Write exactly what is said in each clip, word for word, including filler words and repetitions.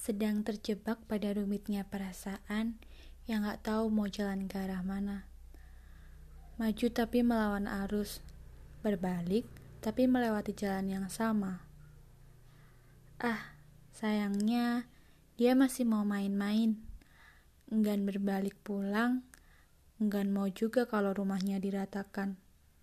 sedang terjebak pada rumitnya perasaan yang gak tahu mau jalan ke arah mana. Maju tapi melawan arus, berbalik tapi melewati jalan yang sama. Ah, sayangnya dia masih mau main-main, enggan berbalik pulang, enggan mau juga kalau rumahnya diratakan.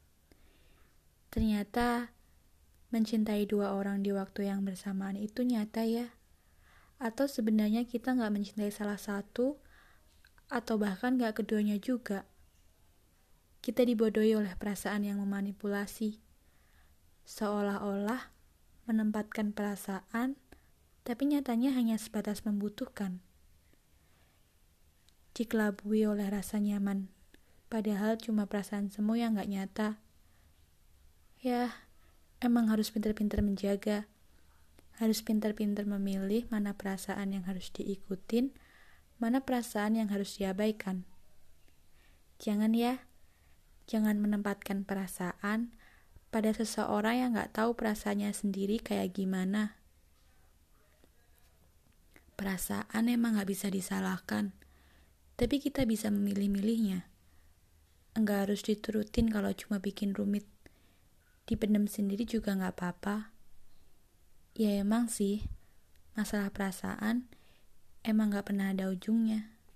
Ternyata mencintai dua orang di waktu yang bersamaan itu nyata ya. Atau sebenarnya kita gak mencintai salah satu, atau bahkan gak keduanya juga. Kita dibodohi oleh perasaan yang memanipulasi. Seolah-olah menempatkan perasaan, tapi nyatanya hanya sebatas membutuhkan. Dikelabui oleh rasa nyaman, padahal cuma perasaan semu yang gak nyata. Ya, emang harus pintar-pintar menjaga. Harus pintar-pintar memilih mana perasaan yang harus diikutin, mana perasaan yang harus diabaikan. Jangan ya, jangan menempatkan perasaan pada seseorang yang gak tahu perasaannya sendiri kayak gimana. Perasaan emang gak bisa disalahkan, tapi kita bisa memilih-milihnya. Enggak harus diturutin kalau cuma bikin rumit. Dipendam sendiri juga gak apa-apa. Ya emang sih, masalah perasaan emang gak pernah ada ujungnya.